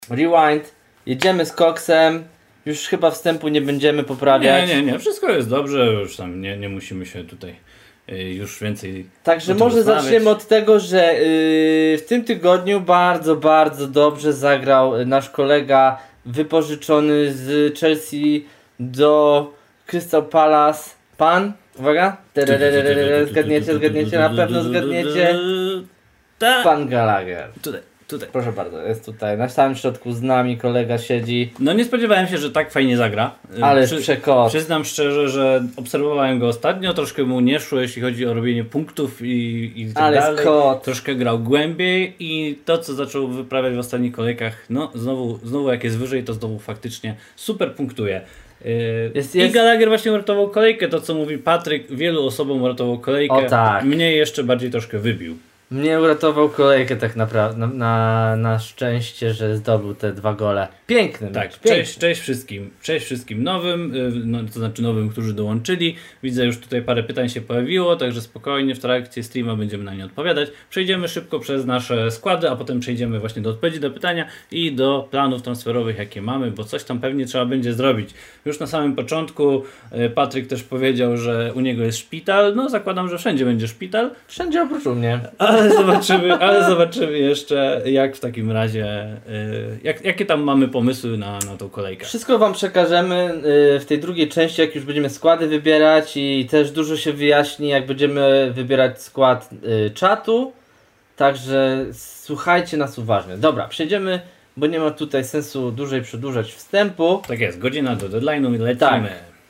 Rewind. Jedziemy z koksem. Już chyba wstępu nie będziemy poprawiać. Nie. Wszystko jest dobrze. Już tam nie musimy się tutaj już więcej... Także może zaczniemy od tego, że w tym tygodniu bardzo, bardzo dobrze zagrał nasz kolega wypożyczony z Chelsea do Crystal Palace. Pan? Uwaga. Zgadniecie, na pewno zgadniecie. Pan Gallagher. Tutaj. Proszę bardzo, jest tutaj na samym środku z nami, kolega siedzi. No nie spodziewałem się, że tak fajnie zagra. Ale przekot. Przyznam szczerze, że obserwowałem go ostatnio, troszkę mu nie szło, jeśli chodzi o robienie punktów i tak ale dalej. Scott. Troszkę grał głębiej i to, co zaczął wyprawiać w ostatnich kolejkach, no znowu jak jest wyżej, to znowu faktycznie super punktuje. I Gallagher właśnie uratował kolejkę, to co mówi Patryk, wielu osobom uratował kolejkę, o tak. Mnie jeszcze bardziej troszkę wybił. Mnie uratował kolejkę tak naprawdę, na szczęście, że zdobył te 2 gole. Piękny Tak, mecz. Cześć wszystkim nowym, to znaczy nowym, którzy dołączyli. Widzę, już tutaj parę pytań się pojawiło, także spokojnie w trakcie streama będziemy na nie odpowiadać. Przejdziemy szybko przez nasze składy, a potem przejdziemy właśnie do odpowiedzi do pytania i do planów transferowych, jakie mamy, bo coś tam pewnie trzeba będzie zrobić. Już na samym początku Patryk też powiedział, że u niego jest szpital. No zakładam, że wszędzie będzie szpital. Wszędzie oprócz u mnie. Ale zobaczymy jeszcze, jak w takim razie, jakie tam mamy pomysły na tą kolejkę. Wszystko wam przekażemy w tej drugiej części, jak już będziemy składy wybierać i też dużo się wyjaśni, jak będziemy wybierać skład czatu. Także słuchajcie nas uważnie. Dobra, przejdziemy, bo nie ma tutaj sensu dłużej przedłużać wstępu. Tak jest, godzina do deadline'u i lecimy. Tak.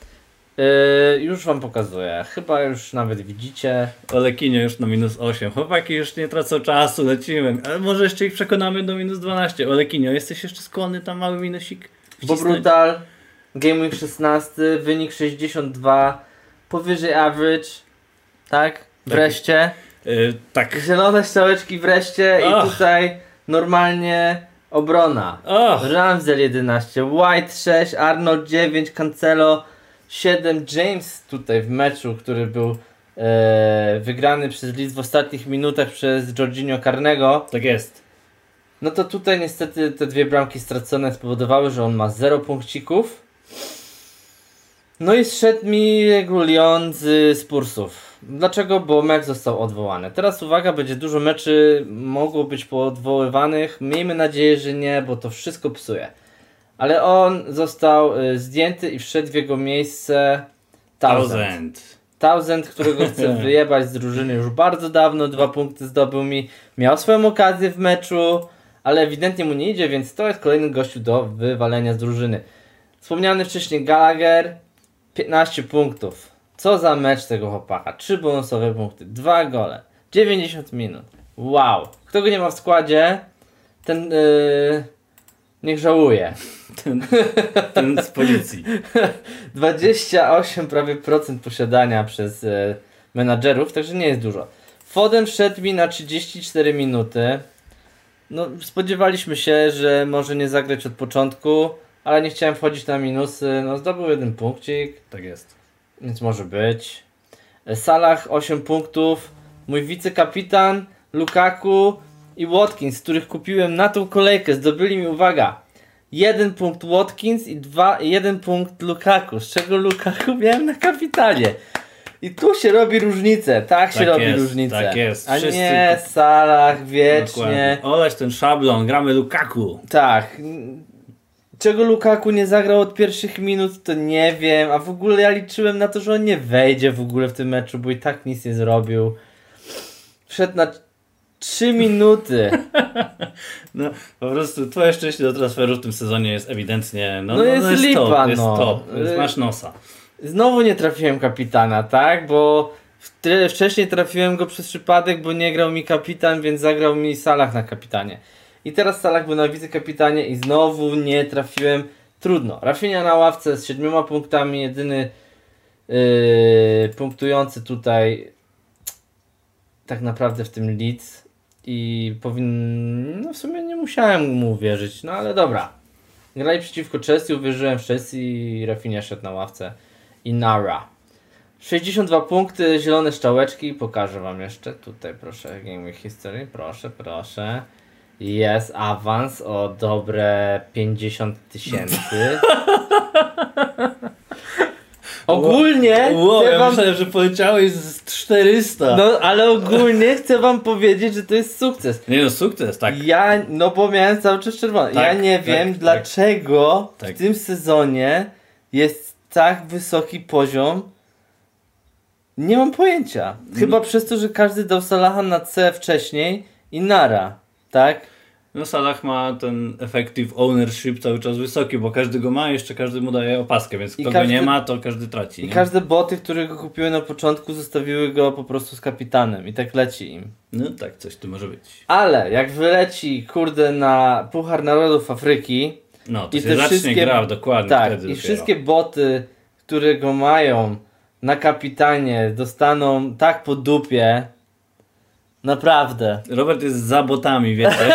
Już wam pokazuję. Chyba już nawet widzicie. Olekinio już na -8. Chłopaki już nie tracą czasu, lecimy. Ale może jeszcze ich przekonamy do -12. Olekinio, jesteś jeszcze skłonny tam mały minusik Bo Brutal, Game Week 16, wynik 62, powyżej average. Tak? Wreszcie. Tak. Zielone strzałeczki wreszcie i tutaj normalnie obrona. Ramsdale 11, White 6, Arnold 9, Cancelo 7, James tutaj w meczu, który był wygrany przez Leeds w ostatnich minutach przez Jorginho Carnego. Tak jest. No to tutaj niestety te 2 bramki stracone spowodowały, że on ma 0 punkcików. No i zszedł mi Reguilon z Spursów. Dlaczego? Bo mecz został odwołany. Teraz uwaga, będzie dużo meczy mogło być poodwoływanych. Miejmy nadzieję, że nie, bo to wszystko psuje. Ale on został zdjęty i wszedł w jego miejsce Townsend, którego chcę wyjebać z drużyny już bardzo dawno. 2 punkty zdobył mi. Miał swoją okazję w meczu, ale ewidentnie mu nie idzie, więc to jest kolejny gościu do wywalenia z drużyny. Wspomniany wcześniej Gallagher, 15 punktów. Co za mecz tego chłopaka. 3 bonusowe punkty, 2 gole, 90 minut. Wow. Kto go nie ma w składzie, ten niech żałuje. Ten z policji. 28 prawie procent posiadania przez menadżerów, także nie jest dużo. Foden wszedł mi na 34 minuty. No, spodziewaliśmy się, że może nie zagrać od początku, ale nie chciałem wchodzić na minusy. No, zdobył 1 punkcik. Tak jest. Więc może być. Salah 8 punktów. Mój wicekapitan Lukaku i Watkins, których kupiłem na tą kolejkę, zdobyli mi, uwaga, 1 punkt Watkins i 1 punkt Lukaku, z czego Lukaku miałem na kapitanie. I tu się robi różnicę, tak się robi różnicę. Tak jest. A nie Salah wiecznie. Oleć ten szablon, gramy Lukaku. Tak. Czego Lukaku nie zagrał od pierwszych minut, to nie wiem, a w ogóle ja liczyłem na to, że on nie wejdzie w ogóle w tym meczu, bo i tak nic nie zrobił. Wszedł na 3 minuty. No po prostu twoje szczęście do transferu w tym sezonie jest ewidentnie jest lipa, jest top. Masz nosa. Znowu nie trafiłem kapitana, tak? Bo wcześniej trafiłem go przez przypadek, bo nie grał mi kapitan, więc zagrał mi Salah na kapitanie. I teraz Salah był na wicekapitanie i znowu nie trafiłem. Trudno. Rafinha na ławce z 7 punktami, jedyny punktujący tutaj tak naprawdę w tym Leeds. I no w sumie nie musiałem mu uwierzyć, no ale dobra. Grali przeciwko Chelsea, uwierzyłem w Chelsea i Rafinha szedł na ławce. I Nara. 62 punkty, zielone strzałeczki, pokażę wam jeszcze. Tutaj proszę, Game Week History, proszę. jest awans o dobre 50 000. Ogólnie Ja myślałem, że poleciałeś z 400. No, ale ogólnie chcę wam powiedzieć, że to jest sukces. Nie no, sukces, tak. Bo miałem cały czas czerwone. Tak, ja nie wiem, dlaczego tak. w tym sezonie jest tak wysoki poziom. Nie mam pojęcia. Chyba przez to, że każdy dał Salaha na C wcześniej i nara, tak? No Salah ma ten effective ownership cały czas wysoki, bo każdy go ma, jeszcze każdy mu daje opaskę, więc kto go nie ma, to każdy traci. I nie? każde boty, które go kupiły na początku, zostawiły go po prostu z kapitanem i tak leci im. No tak, coś tu może być. Ale jak wyleci, kurde, na Puchar Narodów Afryki No, to i się te zacznie wszystkie, gra dokładnie tak, wtedy i dopiero. wszystkie boty, które go mają na kapitanie, dostaną tak po dupie. Naprawdę. Robert jest za botami, wiecie.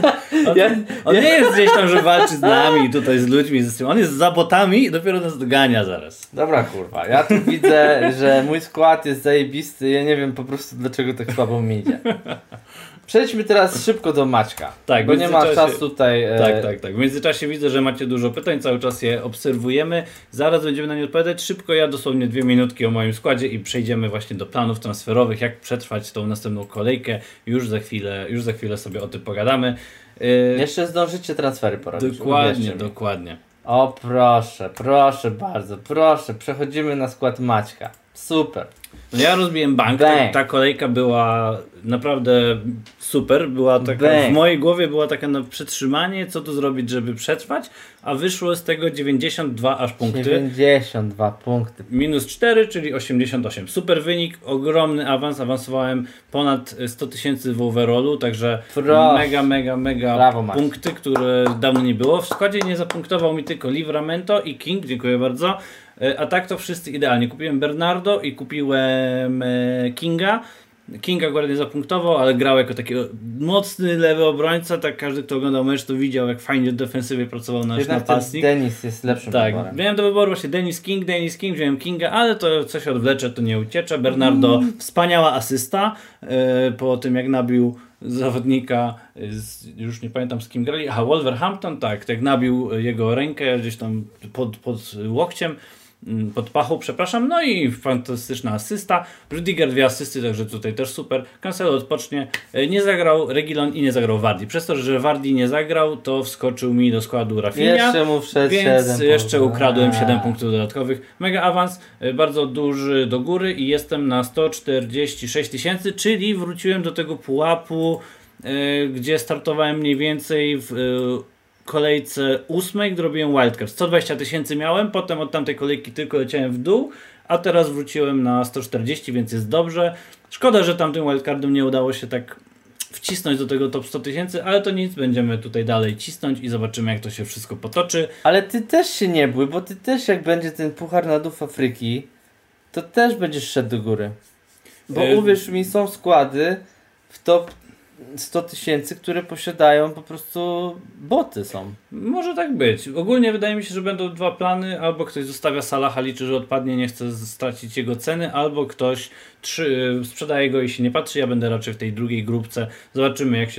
On nie jest gdzieś tam, że walczy z nami, tutaj z ludźmi. On jest za botami i dopiero nas dogania zaraz. Dobra kurwa, ja tu widzę, że mój skład jest zajebisty, ja nie wiem po prostu dlaczego tak słabo mi idzie. Przejdźmy teraz szybko do Maćka, Tak, bo nie ma czasu tutaj... Tak. W międzyczasie widzę, że macie dużo pytań, cały czas je obserwujemy. Zaraz będziemy na nie odpowiadać. Szybko, ja dosłownie 2 minutki o moim składzie i przejdziemy właśnie do planów transferowych, jak przetrwać tą następną kolejkę. Już za chwilę sobie o tym pogadamy. Jeszcze zdążycie transfery porobić. Dokładnie. O proszę bardzo, proszę, przechodzimy na skład Maćka. Super. No ja rozbiłem bank, ta kolejka była naprawdę super, była taka, w mojej głowie była taka na przetrzymanie, co tu zrobić, żeby przetrwać, a wyszło z tego 92 aż punkty. 92 punkty. Minus 4, czyli 88. Super wynik, ogromny awans, awansowałem ponad 100 000 w overallu, także mega brawo, punkty, które dawno nie było. W składzie nie zapunktował mi tylko Livramento i King, dziękuję bardzo. A tak to wszyscy idealnie. Kupiłem Bernardo i kupiłem Kinga. King akurat nie zapunktował, ale grał jako taki mocny lewy obrońca. Tak każdy, kto oglądał mecz, to widział, jak fajnie w defensywie pracował nasz napastnik. Denis jest lepszym wyborem. Miałem do wyboru właśnie Denis King, wziąłem Kinga, ale to coś odwlecze, to nie uciecze. Bernardo, wspaniała asysta po tym, jak nabił zawodnika, już nie pamiętam z kim grali, Wolverhampton, tak jak nabił jego rękę gdzieś tam pod łokciem, pod pachą, przepraszam, no i fantastyczna asysta. Rudiger 2 asysty, także tutaj też super. Cancelo odpocznie, nie zagrał Reguilon i nie zagrał Vardy. Przez to, że Vardy nie zagrał, to wskoczył mi do składu Rafinha, jeszcze mu wszedł więc jeszcze ukradłem 7 punktów dodatkowych. Mega awans, bardzo duży do góry i jestem na 146 000, czyli wróciłem do tego pułapu, gdzie startowałem mniej więcej w kolejce 8, gdy robiłem wildcard. 120 000 miałem, potem od tamtej kolejki tylko leciałem w dół, a teraz wróciłem na 140, więc jest dobrze. Szkoda, że tamtym wildcardem nie udało się tak wcisnąć do tego top 100 000, ale to nic, będziemy tutaj dalej cisnąć i zobaczymy, jak to się wszystko potoczy. Ale ty też się nie bój, bo ty też jak będzie ten Puchar Narodów Afryki, to też będziesz szedł do góry. Bo uwierz mi, są składy w top 100 000, które posiadają po prostu boty są. Może tak być. Ogólnie wydaje mi się, że będą 2 plany. Albo ktoś zostawia Salaha, liczy, że odpadnie, nie chce stracić jego ceny, albo ktoś sprzedaje go i się nie patrzy. Ja będę raczej w tej drugiej grupce. Zobaczymy, jak się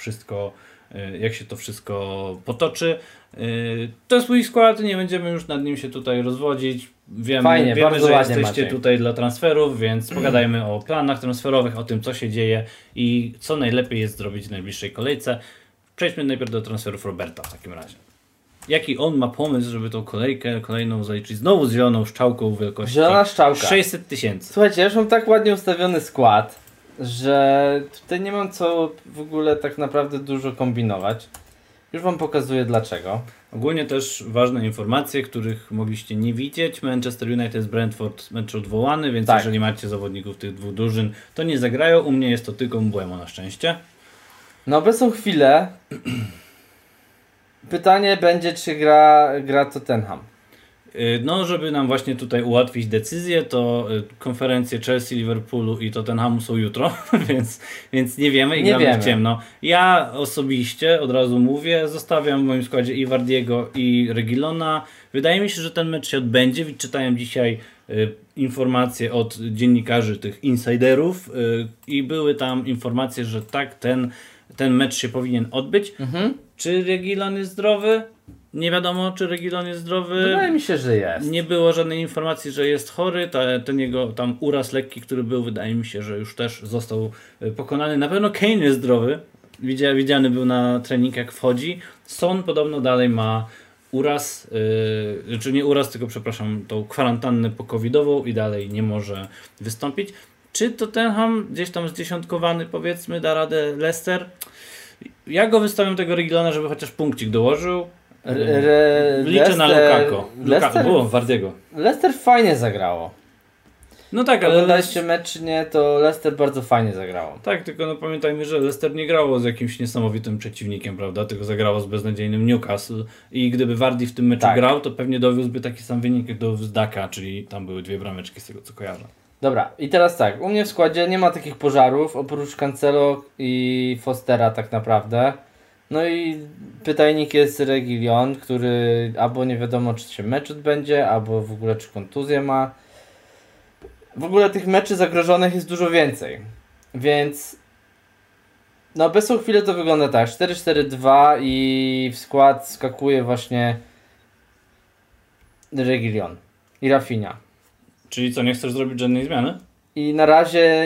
to wszystko potoczy. To jest mój skład, nie będziemy już nad nim się tutaj rozwodzić. Wiemy, że jesteście tutaj dla transferów, więc pogadajmy o planach transferowych, o tym, co się dzieje i co najlepiej jest zrobić w najbliższej kolejce. Przejdźmy najpierw do transferów Roberta w takim razie. Jaki on ma pomysł, żeby tą kolejkę kolejną zaliczyć znowu z zieloną szczałką wielkości zielona szczałka. 600 000. Słuchajcie, ja już mam tak ładnie ustawiony skład, że tutaj nie mam co w ogóle tak naprawdę dużo kombinować. Już wam pokazuję dlaczego. Ogólnie też ważne informacje, których mogliście nie widzieć. Manchester United z Brentford mecz odwołany, więc jeżeli macie zawodników tych 2 drużyn, to nie zagrają. U mnie jest to tylko Mbeumo na szczęście. Na obecną chwilę pytanie będzie, czy gra Tottenham. No, żeby nam właśnie tutaj ułatwić decyzję, to konferencje Chelsea, Liverpoolu i Tottenhamu są jutro, więc nie wiemy i gramy w ciemno. Ja osobiście, od razu mówię, zostawiam w moim składzie i Vardiego i Reguilona. Wydaje mi się, że ten mecz się odbędzie. Czytałem dzisiaj informacje od dziennikarzy, tych insiderów i były tam informacje, że tak, ten ten mecz się powinien odbyć. Czy Reguilon jest zdrowy? Nie wiadomo, czy Reguilon jest zdrowy. Wydaje mi się, że jest. Nie było żadnej informacji, że jest chory. Ten jego tam uraz lekki, który był, wydaje mi się, że już też został pokonany. Na pewno Kane jest zdrowy. Widziany był na trening, jak wchodzi. Son podobno dalej ma uraz, czy nie uraz, tylko przepraszam, tą kwarantannę po-covidową i dalej nie może wystąpić. Czy Tottenham gdzieś tam zdziesiątkowany, powiedzmy, da radę Leicester? Ja go wystawiam tego Reguilona, żeby chociaż punkcik dołożył. Liczę na Lukaku. Wardiego. Leicester fajnie zagrało. No tak, ale oglądaliście mecz czy nie, to Leicester bardzo fajnie zagrało. Tak, tylko no pamiętajmy, że Leicester nie grało z jakimś niesamowitym przeciwnikiem, prawda? Tylko zagrało z beznadziejnym Newcastle i gdyby Vardy w tym meczu grał, to pewnie dowiózłby taki sam wynik, jak dowiózł Daka, czyli tam były 2 brameczki z tego, co kojarzę. Dobra, i teraz tak, u mnie w składzie nie ma takich pożarów, oprócz Cancelo i Fostera tak naprawdę. No i pytajnik jest Reguilon, który albo nie wiadomo, czy się mecz odbędzie, albo w ogóle czy kontuzję ma. W ogóle tych meczy zagrożonych jest dużo więcej, więc na obecną chwilę to wygląda tak, 4-4-2 i w skład skakuje właśnie Reguilon i Rafinha. Czyli co, nie chcesz zrobić żadnej zmiany? I na razie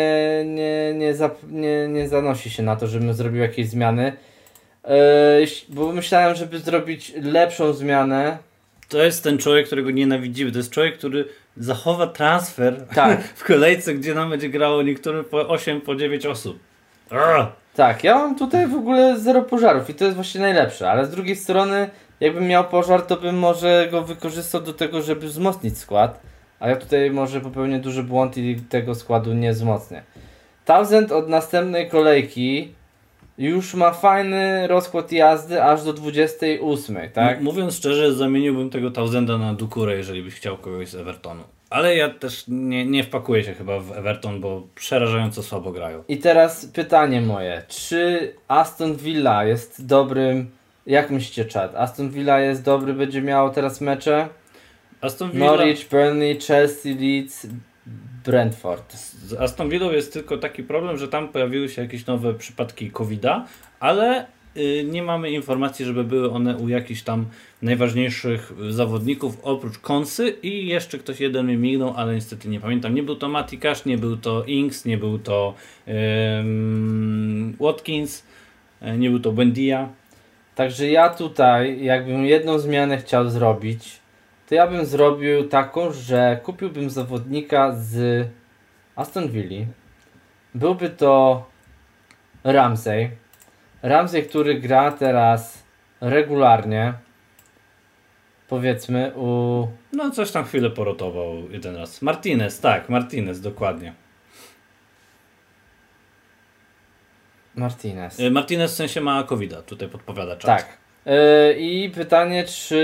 nie zanosi się na to, żebym zrobił jakieś zmiany, bo myślałem, żeby zrobić lepszą zmianę. To jest ten człowiek, którego nienawidzimy. To jest człowiek, który zachowa transfer w kolejce, gdzie nam będzie grało niektórym po 8, po 9 osób. Tak, ja mam tutaj w ogóle 0 pożarów i to jest właśnie najlepsze, ale z drugiej strony jakbym miał pożar, to bym może go wykorzystał do tego, żeby wzmocnić skład, a ja tutaj może popełnię duży błąd i tego składu nie wzmocnię. Townsend od następnej kolejki już ma fajny rozkład jazdy aż do 28, tak? Mówiąc szczerze, zamieniłbym tego Townsenda na Doucouré, jeżeli byś chciał kogoś z Evertonu. Ale ja też nie wpakuję się chyba w Everton, bo przerażająco słabo grają. I teraz pytanie moje. Czy Aston Villa jest dobrym... Jak myślicie, czat? Aston Villa jest dobry, będzie miał teraz mecze? Aston Villa... Norwich, Burnley, Chelsea, Leeds, Brentford. Z Aston Villą jest tylko taki problem, że tam pojawiły się jakieś nowe przypadki COVID-a, ale nie mamy informacji, żeby były one u jakichś tam najważniejszych zawodników oprócz Konsy i jeszcze ktoś jeden mi mignął, ale niestety nie pamiętam. Nie był to Matikasz, nie był to Ings, nie był to Watkins, nie był to Buendia. Także ja tutaj, jakbym jedną zmianę chciał zrobić, to ja bym zrobił taką, że kupiłbym zawodnika z Aston Villa. Byłby to Ramsey. Ramsey, który gra teraz regularnie. Powiedzmy u... No coś tam chwilę porotował jeden raz. Martinez, dokładnie. Martinez w sensie ma COVID-a, tutaj podpowiada czas. Tak. I pytanie,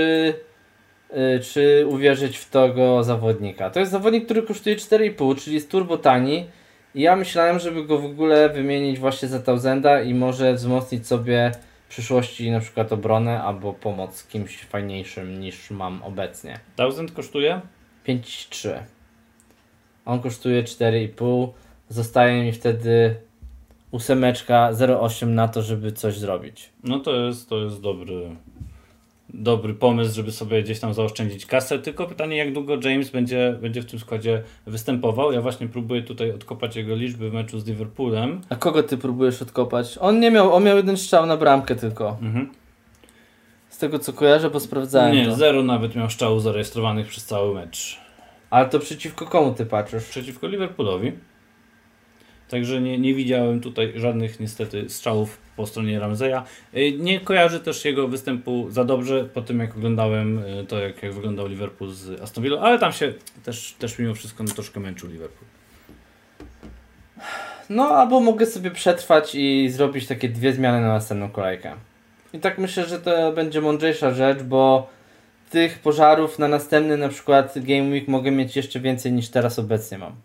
czy uwierzyć w tego zawodnika. To jest zawodnik, który kosztuje 4,5, czyli jest turbo tani. I ja myślałem, żeby go w ogóle wymienić właśnie za Townsenda i może wzmocnić sobie w przyszłości na przykład obronę albo pomoc kimś fajniejszym niż mam obecnie. Townsend kosztuje? 5,3. On kosztuje 4,5. Zostaje mi wtedy 8, 0,8 na to, żeby coś zrobić. No to jest dobry pomysł, żeby sobie gdzieś tam zaoszczędzić kasę. Tylko pytanie, jak długo James będzie w tym składzie występował. Ja właśnie próbuję tutaj odkopać jego liczby w meczu z Liverpoolem. A kogo ty próbujesz odkopać? On miał jeden strzał na bramkę tylko. Z tego co kojarzę, bo sprawdzałem. Nie, 0 nawet miał strzałów zarejestrowanych przez cały mecz. Ale to przeciwko komu ty patrzysz? Przeciwko Liverpoolowi. Także nie widziałem tutaj żadnych niestety strzałów po stronie Ramseya. Nie kojarzę też jego występu za dobrze po tym, jak oglądałem to, jak wyglądał Liverpool z Aston Villą, ale tam się też mimo wszystko troszkę męczył Liverpool. No, albo mogę sobie przetrwać i zrobić takie 2 zmiany na następną kolejkę. I tak myślę, że to będzie mądrzejsza rzecz, bo tych pożarów na następny na przykład Game Week mogę mieć jeszcze więcej niż teraz obecnie mam.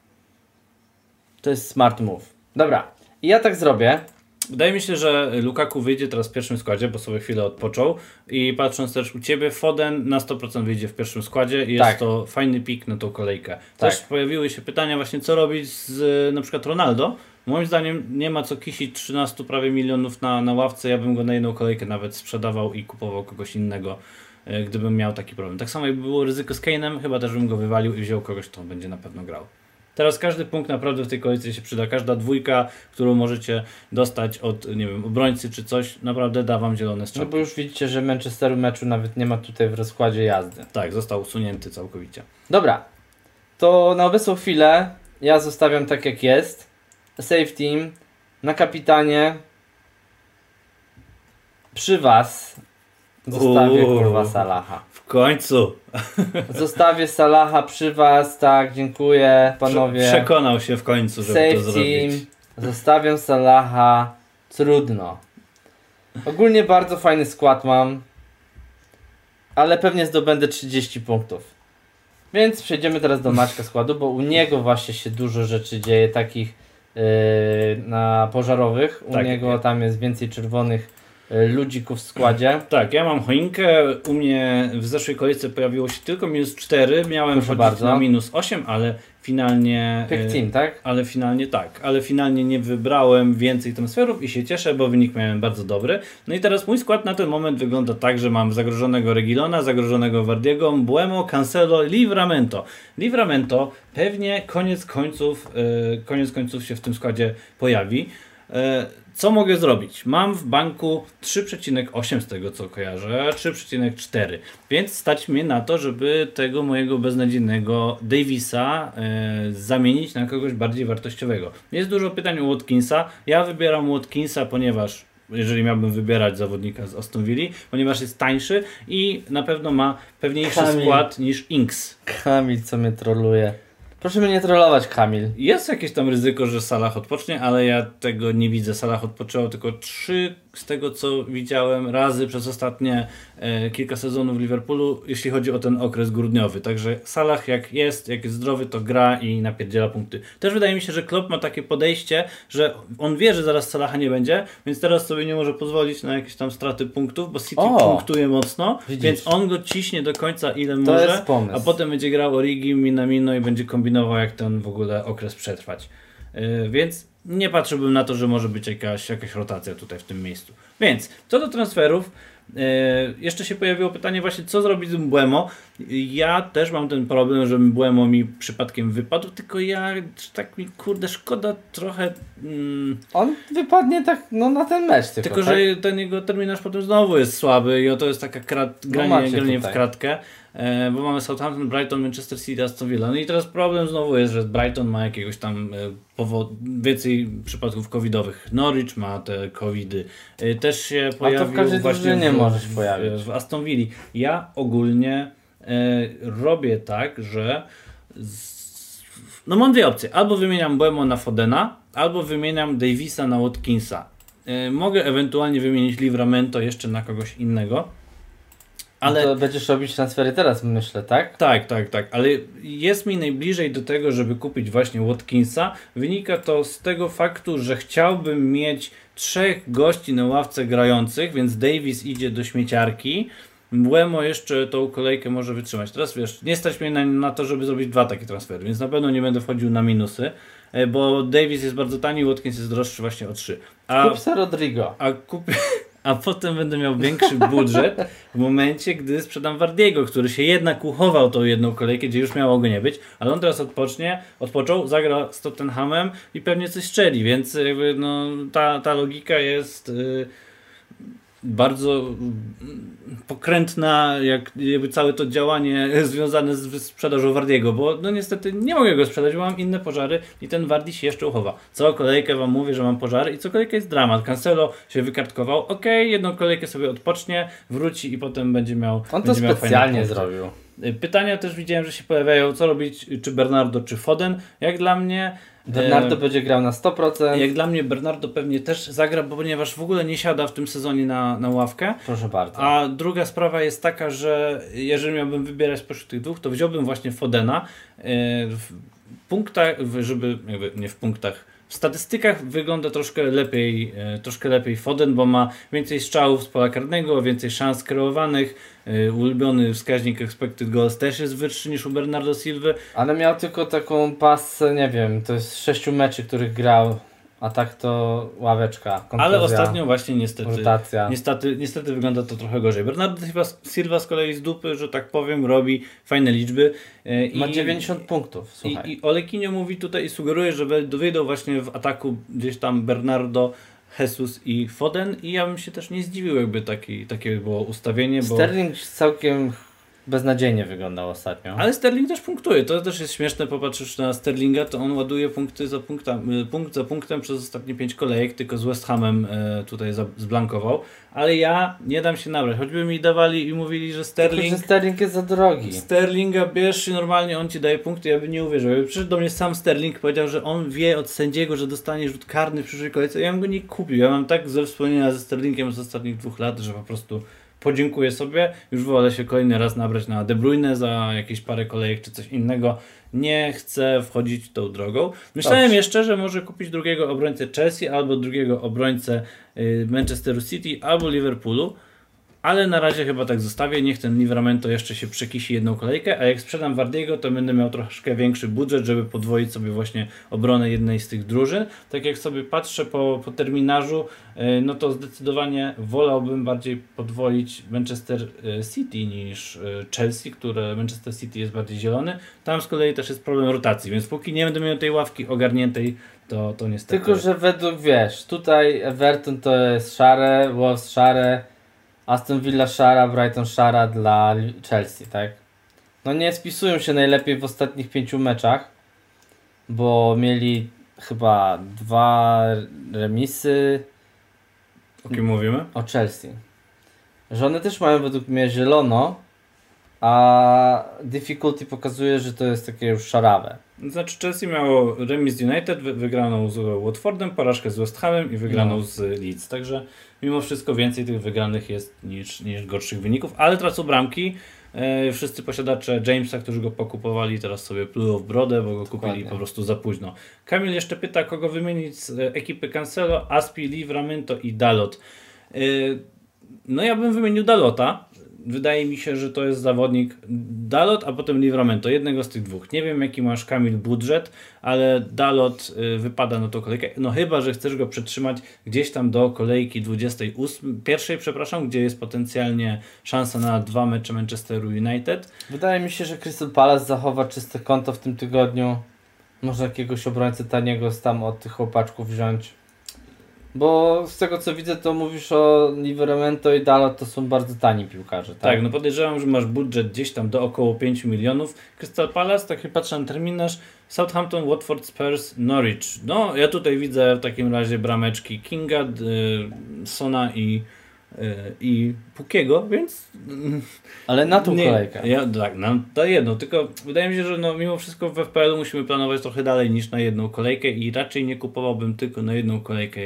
To jest smart move. Dobra, i ja tak zrobię. Wydaje mi się, że Lukaku wyjdzie teraz w pierwszym składzie, bo sobie chwilę odpoczął i patrząc też u Ciebie, Foden na 100% wyjdzie w pierwszym składzie i jest to fajny pik na tą kolejkę. Też pojawiły się pytania właśnie, co robić z na przykład Ronaldo, Moim zdaniem nie ma co kisić 13 prawie milionów na ławce, ja bym go na jedną kolejkę nawet sprzedawał i kupował kogoś innego, gdybym miał taki problem. Tak samo jakby było ryzyko z Kane'em, chyba też bym go wywalił i wziął kogoś, kto będzie na pewno grał. Teraz każdy punkt naprawdę w tej kolejce się przyda. Każda dwójka, którą możecie dostać od, nie wiem, obrońcy czy coś, naprawdę da wam zielone strzałki. No bo już widzicie, że Manchesteru meczu nawet nie ma tutaj w rozkładzie jazdy. Tak, został usunięty całkowicie. Dobra, to na obecną chwilę ja zostawiam tak jak jest. Save team na kapitanie. Przy was zostawię kurwa Salaha. W końcu! Zostawię Salaha przy was, tak, dziękuję panowie. Przekonał się w końcu, żeby Save to zrobić. team, zostawiam Salaha, trudno. Ogólnie bardzo fajny skład mam, ale pewnie zdobędę 30 punktów. Więc przejdziemy teraz do Maćka składu, bo u niego właśnie się dużo rzeczy dzieje, takich na pożarowych. U Tak, niego tam jest więcej czerwonych ludzików w składzie. Tak, ja mam choinkę, u mnie w zeszłej kolejce pojawiło się tylko -4, miałem Proszę chodzić bardzo. na -8, ale finalnie... Pick team, tak? Ale finalnie nie wybrałem więcej transferów i się cieszę, bo wynik miałem bardzo dobry. No i teraz mój skład na ten moment wygląda tak, że mam zagrożonego Reguilona, zagrożonego Wardiego, Mbuemo, Cancelo, Livramento. Livramento pewnie koniec końców się w tym składzie pojawi. Co mogę zrobić? Mam w banku 3,8 z tego co kojarzę, 3,4, więc stać mnie na to, żeby tego mojego beznadziejnego Davisa zamienić na kogoś bardziej wartościowego. Jest dużo pytań o Watkinsa, ja wybieram Watkinsa, ponieważ jeżeli miałbym wybierać zawodnika z Aston Villa, ponieważ jest tańszy i na pewno ma pewniejszy skład niż Inks. Kamil, co mnie troluje. Proszę mnie nie trollować, Kamil. Jest jakieś tam ryzyko, że Salah odpocznie, ale ja tego nie widzę. Salah odpoczywał tylko 3 z tego co widziałem razy przez ostatnie kilka sezonów w Liverpoolu, jeśli chodzi o ten okres grudniowy. Także Salah jak jest zdrowy, to gra i napierdziela punkty. Też wydaje mi się, że Klopp ma takie podejście, że on wie, że zaraz Salaha nie będzie, więc teraz sobie nie może pozwolić na jakieś tam straty punktów, bo City punktuje mocno, więc on go ciśnie do końca ile to może, jest pomysł. a potem będzie grał Origi, Minamino i będzie kombinował jak ten w ogóle okres przetrwać. Więc nie patrzyłbym na to, że może być jakaś rotacja tutaj w tym miejscu. Więc co do transferów, jeszcze się pojawiło pytanie właśnie, co zrobić z Mbuemo. Ja też mam ten problem, że Mbuemo mi przypadkiem wypadł, tylko tak mi kurde szkoda trochę... On wypadnie tak na ten mecz tylko tak? Że ten jego terminarz potem znowu jest słaby i to jest taka granie w kratkę. Bo mamy Southampton, Brighton, Manchester City, Aston Villa. No i teraz problem znowu jest, że Brighton ma jakiegoś tam więcej przypadków covidowych. Norwich ma te covidy. Też się pojawił to w każdej drużynie może się pojawić. W Aston Villa. Ja ogólnie robię tak, że mam dwie opcje. Albo wymieniam Mbuemo na Fodena, albo wymieniam Davisa na Watkinsa. Mogę ewentualnie wymienić Livramento jeszcze na kogoś innego. Ale to będziesz robić transfery teraz, myślę, tak? Tak, ale jest mi najbliżej do tego, żeby kupić właśnie Watkinsa. Wynika to z tego faktu, że chciałbym mieć 3 gości na ławce grających, więc Davis idzie do śmieciarki. Mbuemo jeszcze tą kolejkę może wytrzymać. Teraz wiesz, nie stać mnie na to, żeby zrobić 2 takie transfery, więc na pewno nie będę wchodził na minusy, bo Davis jest bardzo tani, Watkins jest droższy właśnie o 3. Kup se Rodrigo. A potem będę miał większy budżet w momencie, gdy sprzedam Wardiego, który się jednak uchował tą jedną kolejkę, gdzie już miało go nie być, ale on teraz odpoczął, zagra z Tottenhamem i pewnie coś strzeli, więc jakby ta logika jest bardzo pokrętna, jakby całe to działanie związane z sprzedażą Wardiego, bo niestety nie mogę go sprzedać, bo mam inne pożary i ten Wardi się jeszcze uchowa. Co kolejkę wam mówię, że mam pożary i co kolejkę jest dramat. Cancelo się wykartkował, jedną kolejkę sobie odpocznie, wróci i potem będzie miał... On to specjalnie zrobił. Pytania też widziałem, że się pojawiają, co robić, czy Bernardo, czy Foden. Jak dla mnie... Bernardo będzie grał na 100%. Jak dla mnie Bernardo pewnie też zagra, ponieważ w ogóle nie siada w tym sezonie na ławkę. Proszę bardzo. A druga sprawa jest taka, że jeżeli miałbym wybierać spośród tych dwóch, to wziąłbym właśnie Fodena. W punktach, w statystykach wygląda troszkę lepiej Foden, bo ma więcej strzałów z pola karnego, więcej szans kreowanych, ulubiony wskaźnik expected goals też jest wyższy niż u Bernardo Silva. Ale miał tylko taką pasę, nie wiem, to jest 6 meczy, których grał A tak to ławeczka, kontuzja, ale ostatnio właśnie rotacja. niestety wygląda to trochę gorzej. Bernardo Silva z kolei z dupy, że tak powiem, robi fajne liczby. Ma 90 punktów, słuchaj. I Olekinio mówi tutaj i sugeruje, że wyjdą właśnie w ataku gdzieś tam Bernardo, Jesus i Foden i ja bym się też nie zdziwił, jakby takie było ustawienie. Sterling całkiem beznadziejnie wyglądał ostatnio. Ale Sterling też punktuje. To też jest śmieszne, popatrzysz na Sterlinga, to on ładuje punkty za punkt za punktem przez ostatnie 5 kolejek, tylko z West Hamem tutaj zblankował. Ale ja nie dam się nabrać. Choćby mi dawali i mówili, że Sterling jest za drogi. Sterlinga bierz i normalnie on ci daje punkty, ja bym nie uwierzył. Jakby przyszedł do mnie sam Sterling, powiedział, że on wie od sędziego, że dostanie rzut karny w przyszłej kolejce. Ja bym go nie kupił. Ja mam tak ze wspomnienia ze Sterlingiem z ostatnich 2 lat, że po prostu podziękuję sobie. Już wolę się kolejny raz nabrać na De Bruyne za jakieś parę kolejek czy coś innego. Nie chcę wchodzić tą drogą. Myślałem jeszcze, że może kupić drugiego obrońcę Chelsea albo drugiego obrońcę Manchesteru City albo Liverpoolu. Ale na razie chyba tak zostawię. Niech ten Livramento jeszcze się przekisi jedną kolejkę, a jak sprzedam Wardiego, to będę miał troszkę większy budżet, żeby podwoić sobie właśnie obronę jednej z tych drużyn. Tak jak sobie patrzę po terminarzu, no to zdecydowanie wolałbym bardziej podwoić Manchester City niż Chelsea, które Manchester City jest bardziej zielony. Tam z kolei też jest problem rotacji, więc póki nie będę miał tej ławki ogarniętej, to niestety... Tylko, że według, tutaj Everton to jest szare, Wolves szare, Aston Villa szara, Brighton szara dla Chelsea, tak? No nie spisują się najlepiej w ostatnich 5 meczach, bo mieli chyba 2 remisy. O kim mówimy? O Chelsea. Że one też mają według mnie zielono, a difficulty pokazuje, że to jest takie już szarawe. Znaczy Chelsea miało remis z United, wygraną z Watfordem, porażkę z West Hamem i wygraną z Leeds. Także mimo wszystko więcej tych wygranych jest niż gorszych wyników, ale tracą bramki. Wszyscy posiadacze Jamesa, którzy go pokupowali, teraz sobie plują w brodę, bo go kupili po prostu za późno. Kamil jeszcze pyta, kogo wymienić z ekipy Cancelo, Aspi, Livramento i Dalot. No ja bym wymienił Dalota. Wydaje mi się, że to jest zawodnik Dalot, a potem Livramento, jednego z tych dwóch. Nie wiem, jaki masz, Kamil, budżet, ale Dalot wypada na tą kolejkę. No chyba, że chcesz go przetrzymać gdzieś tam do kolejki 21, przepraszam, gdzie jest potencjalnie szansa na 2 mecze Manchesteru United. Wydaje mi się, że Crystal Palace zachowa czyste konto w tym tygodniu. Może jakiegoś obrońcę taniego tam od tych chłopaczków wziąć. Bo z tego co widzę, to mówisz o Livramento i Dalot, to są bardzo tani piłkarze. Tak, no podejrzewam, że masz budżet gdzieś tam do około 5 milionów. Crystal Palace, tak jak patrzę na terminarz, Southampton, Watford, Spurs, Norwich. No ja tutaj widzę w takim razie brameczki Kinga, Sona i Pukiego, więc... Ale na tą kolejkę. Tak, na jedną, tylko wydaje mi się, że no, mimo wszystko w FPL-u musimy planować trochę dalej niż na jedną kolejkę i raczej nie kupowałbym tylko na jedną kolejkę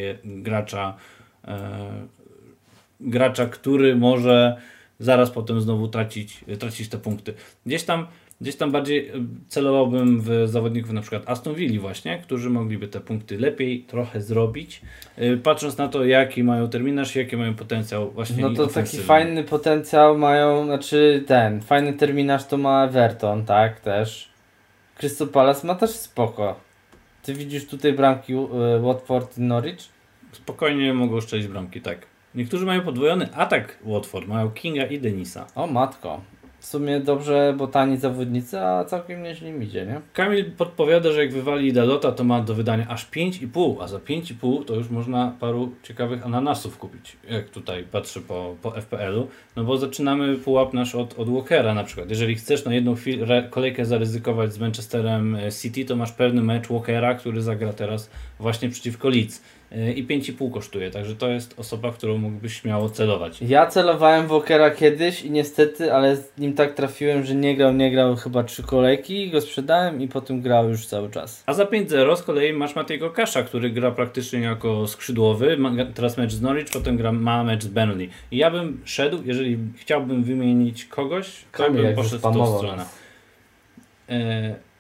gracza, który może zaraz potem znowu tracić te punkty. Gdzieś tam bardziej celowałbym w zawodników na przykład Aston Villa właśnie, którzy mogliby te punkty lepiej trochę zrobić, patrząc na to, jaki mają terminarz, jaki mają potencjał właśnie. No to taki fajny potencjał mają, fajny terminarz to ma Everton, tak, też. Crystal Palace ma też spoko. Ty widzisz tutaj bramki Watford i Norwich? Spokojnie mogą szczelić bramki, tak. Niektórzy mają podwojony atak Watford, mają Kinga i Denisa. O matko. W sumie dobrze, bo tani zawodnicy, a całkiem nieźle im idzie, nie? Kamil podpowiada, że jak wywali Dalota, to ma do wydania aż 5,5, a za 5,5 to już można paru ciekawych ananasów kupić, jak tutaj patrzę po FPL-u, no bo zaczynamy pułap nasz od Walkera na przykład. Jeżeli chcesz na jedną kolejkę zaryzykować z Manchesterem City, to masz pewny mecz Walkera, który zagra teraz właśnie przeciwko Leeds. I 5,5 kosztuje, także to jest osoba, w którą mógłbyś śmiało celować. Ja celowałem w Walkera kiedyś i niestety, ale z nim tak trafiłem, że nie grał chyba 3 kolejki, go sprzedałem i potem grał już cały czas. A za 5-0 z kolei masz Matejego Kasza, który gra praktycznie jako skrzydłowy, teraz mecz z Norwich, potem ma mecz z Burnley. I ja bym szedł, jeżeli chciałbym wymienić kogoś, to bym poszedł w tą stronę.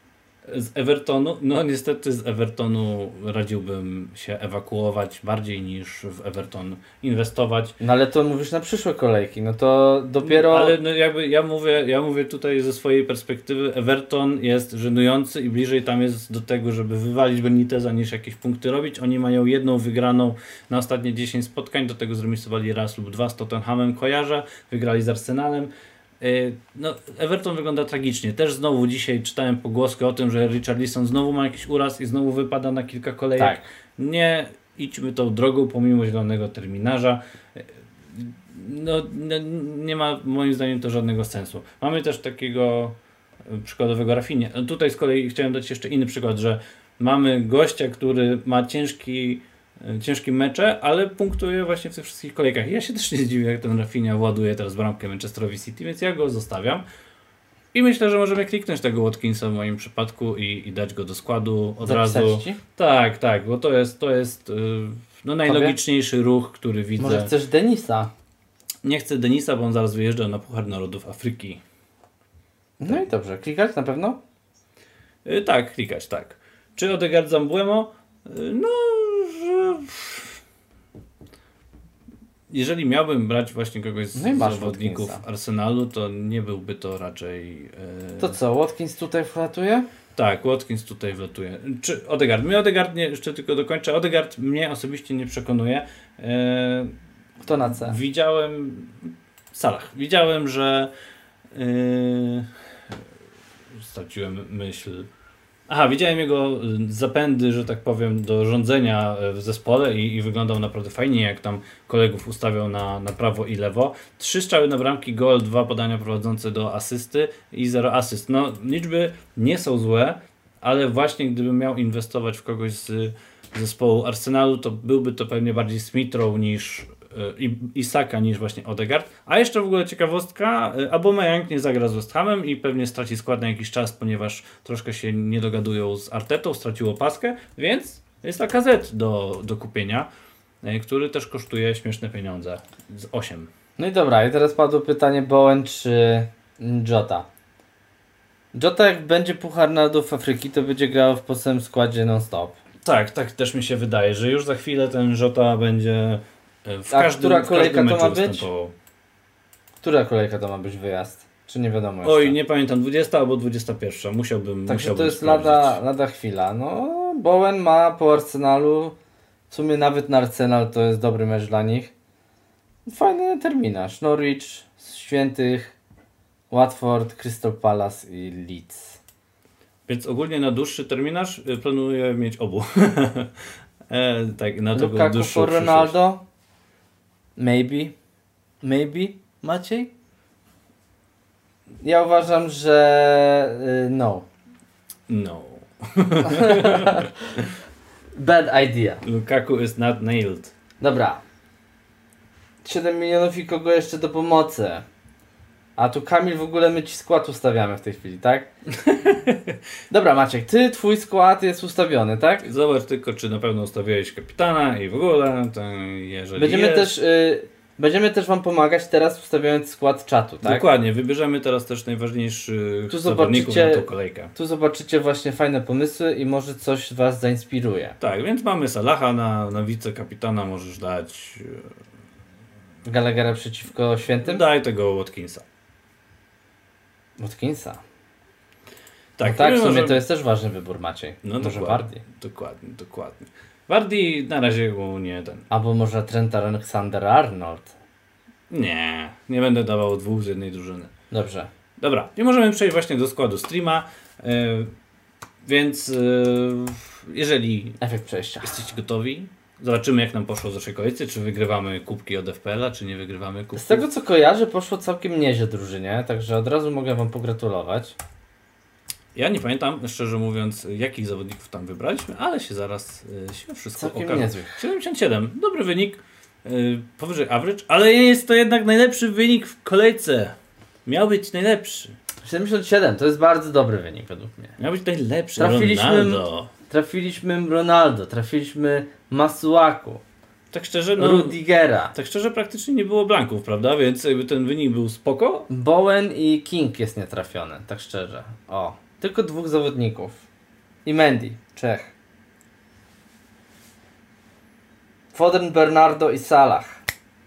Z Evertonu, no niestety z Evertonu radziłbym się ewakuować bardziej niż w Everton inwestować. No ale to mówisz na przyszłe kolejki, no to dopiero... Ale no jakby ja mówię tutaj ze swojej perspektywy, Everton jest żenujący i bliżej tam jest do tego, żeby wywalić Beniteza niż jakieś punkty robić. Oni mają jedną wygraną na ostatnie 10 spotkań, do tego zremisowali raz lub dwa z Tottenhamem, kojarzę, wygrali z Arsenalem. No, Everton wygląda tragicznie. Też znowu dzisiaj czytałem pogłoskę o tym, że Richarlison znowu ma jakiś uraz i znowu wypada na kilka kolejek. Tak. Nie idźmy tą drogą pomimo zielonego terminarza. No, nie ma moim zdaniem to żadnego sensu. Mamy też takiego przykładowego Rafinha. No, tutaj z kolei chciałem dać jeszcze inny przykład, że mamy gościa, który ma ciężkie mecze, ale punktuje właśnie w tych wszystkich kolejkach. Ja się też nie zdziwię, jak ten Rafinha właduje teraz bramkę Manchesterowi City, więc ja go zostawiam. I myślę, że możemy kliknąć tego Watkinsa w moim przypadku i dać go do składu od razu. Ci? Tak, bo to jest no, najlogiczniejszy ruch, który widzę. Może chcesz Denisa? Nie chcę Denisa, bo on zaraz wyjeżdża na Puchar Narodów Afryki. No i dobrze, klikać na pewno? Tak, klikać, tak. Czy Odegaard Zambuemo? No, że... Jeżeli miałbym brać właśnie kogoś z zawodników Watkinsa. Arsenalu, to nie byłby to raczej... To co, Watkins tutaj wlatuje? Tak, Watkins tutaj wlatuje. Czy Odegaard? Mnie Odegaard, jeszcze tylko dokończę, Odegaard mnie osobiście nie przekonuje. Kto na C? Salah. Widziałem, że straciłem myśl. Aha, widziałem jego zapędy, że tak powiem, do rządzenia w zespole i wyglądał naprawdę fajnie, jak tam kolegów ustawiał na prawo i lewo. 3 strzały na bramki, gol, 2 podania prowadzące do asysty i 0 asyst. No, liczby nie są złe, ale właśnie gdybym miał inwestować w kogoś z zespołu Arsenalu, to byłby to pewnie bardziej Smith Rowe niż Isaka niż właśnie Odegaard. A jeszcze w ogóle ciekawostka, Aubameyang nie zagra z West Hamem i pewnie straci skład na jakiś czas, ponieważ troszkę się nie dogadują z Artetą, stracił opaskę, więc jest Lacazette do kupienia, który też kosztuje śmieszne pieniądze, z 8. No i dobra, i teraz padło pytanie Bowen czy Jota. Jota jak będzie Puchar Narodów Afryki, to będzie grał w podstawowym składzie non-stop. Tak też mi się wydaje, że już za chwilę ten Jota będzie która kolejka to ma być? Występował. Która kolejka to ma być wyjazd? Czy nie wiadomo jeszcze? Oj, nie pamiętam, 20 albo 21. Musiałbym to jest sprawdzić. lada chwila. No, Bowen ma po Arsenalu, w sumie nawet na Arsenal to jest dobry mecz dla nich. Fajny terminarz. Norwich, Świętych, Watford, Crystal Palace i Leeds. Więc ogólnie na dłuższy terminarz planuję mieć obu. Tak, na tego Lukaku dłuższą for przyszłość. Ronaldo? Maybe? Maciej? Ja uważam, że no. No. Bad idea. Lukaku is not nailed. Dobra. 7 milionów i kogo jeszcze do pomocy? A tu Kamil, w ogóle my ci skład ustawiamy w tej chwili, tak? Dobra Maciek, twój skład jest ustawiony, tak? Zobacz tylko, czy na pewno ustawiłeś kapitana i w ogóle, to jeżeli Będziemy też wam pomagać teraz ustawiając skład czatu, tak? Dokładnie, wybierzemy teraz też najważniejszych zawodników na tą kolejkę. Tu zobaczycie właśnie fajne pomysły i może coś was zainspiruje. Tak, więc mamy Salaha na wicekapitana, możesz dać... Gallaghera przeciwko Świętym? Daj tego Watkinsa. Watkinsa. Tak, no tak, w sumie to jest też ważny wybór, Maciej. No może Wardy. Dokładnie. Wardy na razie go nie ten. Albo może Trent Alexander-Arnold. Nie będę dawał 2 z jednej drużyny. Dobrze. Dobra, i możemy przejść właśnie do składu streama. Więc jeżeli efekt przejścia. Jesteście gotowi, zobaczymy jak nam poszło w zeszłej kolejce, czy wygrywamy kubki od FPL-a, czy nie wygrywamy kubki. Z tego co kojarzę, poszło całkiem nieźle drużynie, także od razu mogę wam pogratulować. Ja nie pamiętam, szczerze mówiąc, jakich zawodników tam wybraliśmy, ale się zaraz wszystko całkiem okaże. niezłych. 77, dobry wynik, powyżej average, ale jest to jednak najlepszy wynik w kolejce. Miał być najlepszy. 77, to jest bardzo dobry wynik według mnie. Miał być najlepszy. Trafiliśmy Ronaldo, trafiliśmy Masuaku, tak szczerze, Rudigera. Tak szczerze praktycznie nie było blanków, prawda? Więc jakby ten wynik był spoko. Bowen i King jest nietrafiony, tak szczerze. Tylko 2 zawodników. i Mendy, Czech. Foden, Bernardo i Salah.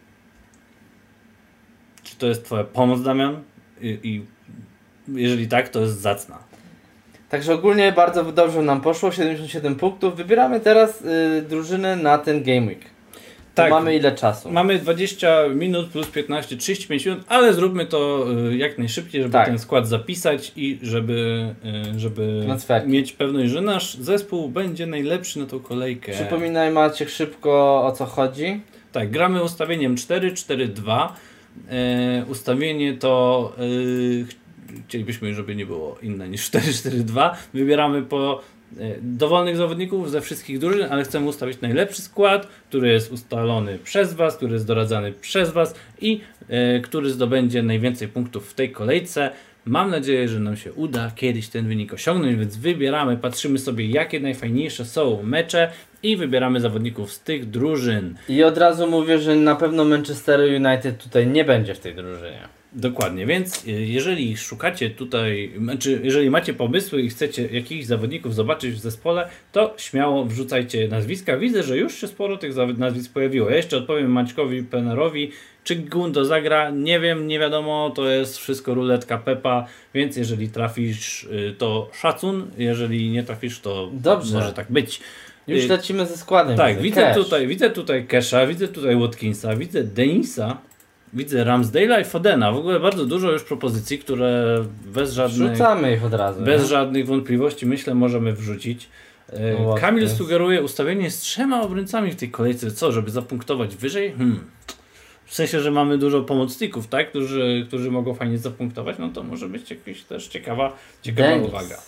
Czy to jest twoja pomoc, Damian? I jeżeli tak, to jest zacna. Także ogólnie bardzo dobrze nam poszło, 77 punktów. Wybieramy teraz drużynę na ten Game Week. Tak. Mamy ile czasu? Mamy 20 minut plus 15, 35 minut, ale zróbmy to jak najszybciej, żeby ten skład zapisać i żeby mieć pewność, że nasz zespół będzie najlepszy na tą kolejkę. Przypominaj Maciek szybko, o co chodzi. Tak, gramy ustawieniem 4-4-2. Ustawienie to chcielibyśmy, żeby nie było inne niż 4-4-2. Wybieramy po dowolnych zawodników ze wszystkich drużyn, ale chcemy ustawić najlepszy skład, który jest ustalony przez Was, który jest doradzany przez Was i który zdobędzie najwięcej punktów w tej kolejce. Mam nadzieję, że nam się uda kiedyś ten wynik osiągnąć, więc wybieramy, patrzymy sobie, jakie najfajniejsze są mecze i wybieramy zawodników z tych drużyn. I od razu mówię, że na pewno Manchester United tutaj nie będzie w tej drużynie. Dokładnie, więc jeżeli szukacie tutaj, znaczy jeżeli macie pomysły i chcecie jakichś zawodników zobaczyć w zespole, to śmiało wrzucajcie nazwiska. Widzę, że już się sporo tych nazwisk pojawiło. Ja jeszcze odpowiem Maćkowi Penarowi, czy Gundo zagra, nie wiem, nie wiadomo, to jest wszystko ruletka Pepa, więc jeżeli trafisz, to szacun, jeżeli nie trafisz, to dobrze, może tak być. Już lecimy ze składem. Tak, widzę tutaj Kesha, widzę tutaj Watkinsa, widzę Denisa. Widzę Ramsdale'a i Fodena. W ogóle bardzo dużo już propozycji, które wrzucamy ich od razu. Bez żadnych wątpliwości myślę możemy wrzucić. Kamil sugeruje ustawienie z 3 obrońcami w tej kolejce. Co, żeby zapunktować wyżej? W sensie, że mamy dużo pomocników, tak? Którzy mogą fajnie zapunktować. No to może być jakaś też ciekawa uwaga.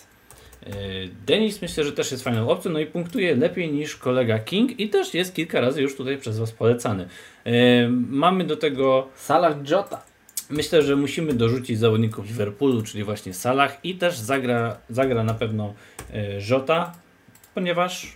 Denis myślę, że też jest fajną opcją, no i punktuje lepiej niż kolega King i też jest kilka razy już tutaj przez Was polecany. Mamy do tego Salah, Jota. Myślę, że musimy dorzucić zawodników Liverpoolu, czyli właśnie Salah i też zagra na pewno Jota, ponieważ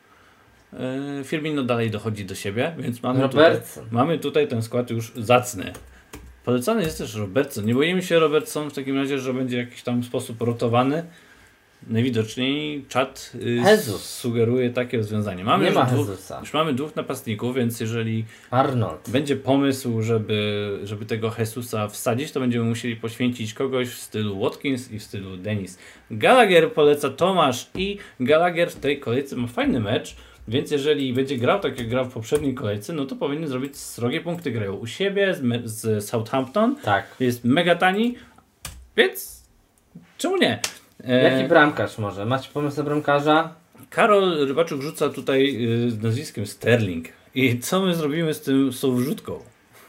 Firmino dalej dochodzi do siebie, więc mamy tutaj ten skład już zacny. Polecany jest też Robertson. Nie boimy się Robertson w takim razie, że będzie w jakiś tam sposób rotowany. Najwidoczniej czat sugeruje takie rozwiązanie. Już mamy 2 napastników, więc jeżeli Arnold będzie pomysł, żeby tego Jesusa wsadzić, to będziemy musieli poświęcić kogoś w stylu Watkins i w stylu Denis. Gallagher poleca Tomasz i Gallagher w tej kolejce ma fajny mecz, więc jeżeli będzie grał tak jak grał w poprzedniej kolejce, no to powinien zrobić srogie punkty. Grają u siebie z Southampton, jest mega tani, więc czemu nie? Jaki bramkarz może? Macie pomysł na bramkarza? Karol Rybaczuk rzuca tutaj z nazwiskiem Sterling. I co my zrobimy z tą wrzutką?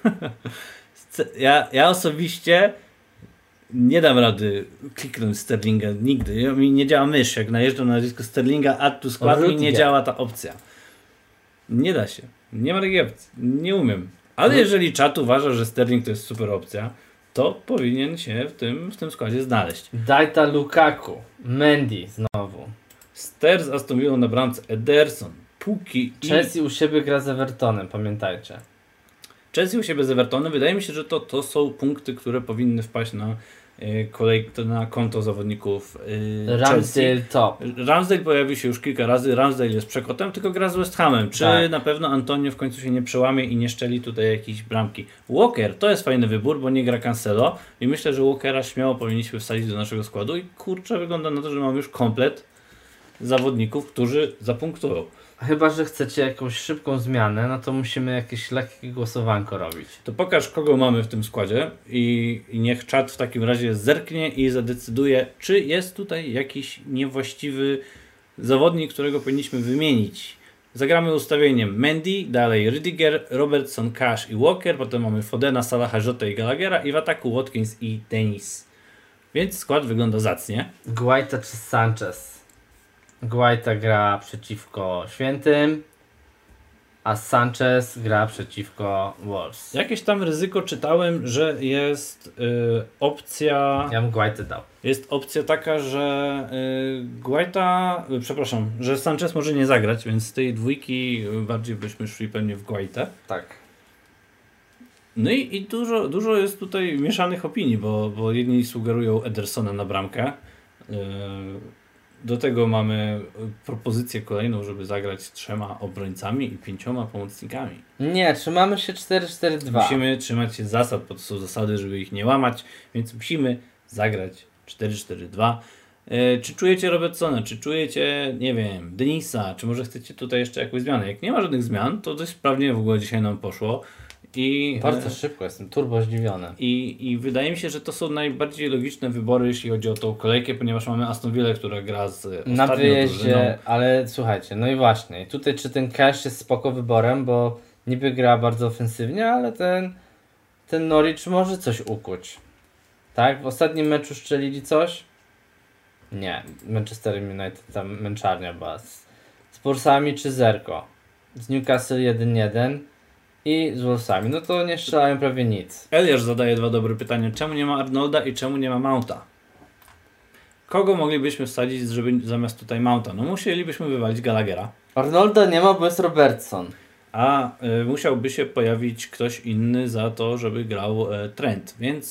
ja osobiście nie dam rady kliknąć Sterlinga nigdy. Mi nie działa mysz. Jak najeżdżam na nazwisko Sterlinga, add to skład, mi nie działa ta opcja. Nie da się. Nie ma takiej opcji. Nie umiem. Ale jeżeli czat uważa, że Sterling to jest super opcja, to powinien się w tym składzie znaleźć. Dajta Lukaku, Mendy znowu. Ster z Aston Villa na bramce, Ederson, Puki Chelsea u siebie gra z Evertonem, pamiętajcie. Chelsea u siebie z Evertonem. Wydaje mi się, że to są punkty, które powinny wpaść na konto zawodników Ramsdale top. Ramsdale pojawił się już kilka razy. Ramsdale jest przekotem, tylko gra z West Hamem. Czy na pewno Antonio w końcu się nie przełamie i nie szczeli tutaj jakiejś bramki? Walker to jest fajny wybór, bo nie gra Cancelo i myślę, że Walkera śmiało powinniśmy wsadzić do naszego składu i kurczę, wygląda na to, że mamy już komplet zawodników, którzy zapunktują. Chyba że chcecie jakąś szybką zmianę, no to musimy jakieś lekkie głosowanko robić. To pokaż, kogo mamy w tym składzie i niech czat w takim razie zerknie i zadecyduje, czy jest tutaj jakiś niewłaściwy zawodnik, którego powinniśmy wymienić. Zagramy ustawieniem Mendy, dalej Rudiger, Robertson, Cash i Walker, potem mamy Fodena, Salaha, Jota i Gallaghera i w ataku Watkins i Denis. Więc skład wygląda zacnie. Guaita czy Sanchez? Guaita gra przeciwko Świętym, a Sanchez gra przeciwko Wolves. Jakieś tam ryzyko czytałem, że jest opcja... Ja bym Guaitę dał. Jest opcja taka, że że Sanchez może nie zagrać, więc z tej dwójki bardziej byśmy szli pewnie w Guaitę. Tak. No i dużo jest tutaj mieszanych opinii, bo jedni sugerują Edersona na bramkę. Do tego mamy propozycję kolejną, żeby zagrać 3 obrońcami i 5 pomocnikami. Nie, trzymamy się 4-4-2. Musimy trzymać się zasad, bo to są zasady, żeby ich nie łamać, więc musimy zagrać 4-4-2. Czy czujecie Robertsona, czy czujecie, nie wiem, Denisa, czy może chcecie tutaj jeszcze jakąś zmianę? Jak nie ma żadnych zmian, to dość sprawnie w ogóle dzisiaj nam poszło. Bardzo szybko, jestem turbo zdziwiony. I wydaje mi się, że to są najbardziej logiczne wybory, jeśli chodzi o tą kolejkę, ponieważ mamy Aston Villa, która gra z ostatnią Na wyjeździe, drużyną. ale słuchajcie, no i właśnie, tutaj czy ten Cash jest spoko wyborem, bo niby gra bardzo ofensywnie, ale ten Norwich może coś ukuć. Tak? W ostatnim meczu strzelili coś? Nie, Manchester United tam męczarnia była. Z Spursami czy Zerko? Z Newcastle 1-1 i z Wolvesami. No to nie strzelają prawie nic. Eliasz zadaje 2 dobre pytania. Czemu nie ma Arnolda i czemu nie ma Mounta? Kogo moglibyśmy wsadzić, żeby zamiast tutaj Mounta? No musielibyśmy wywalić Gallaghera. Arnolda nie ma, bo jest Robertson. A musiałby się pojawić ktoś inny za to, żeby grał Trent.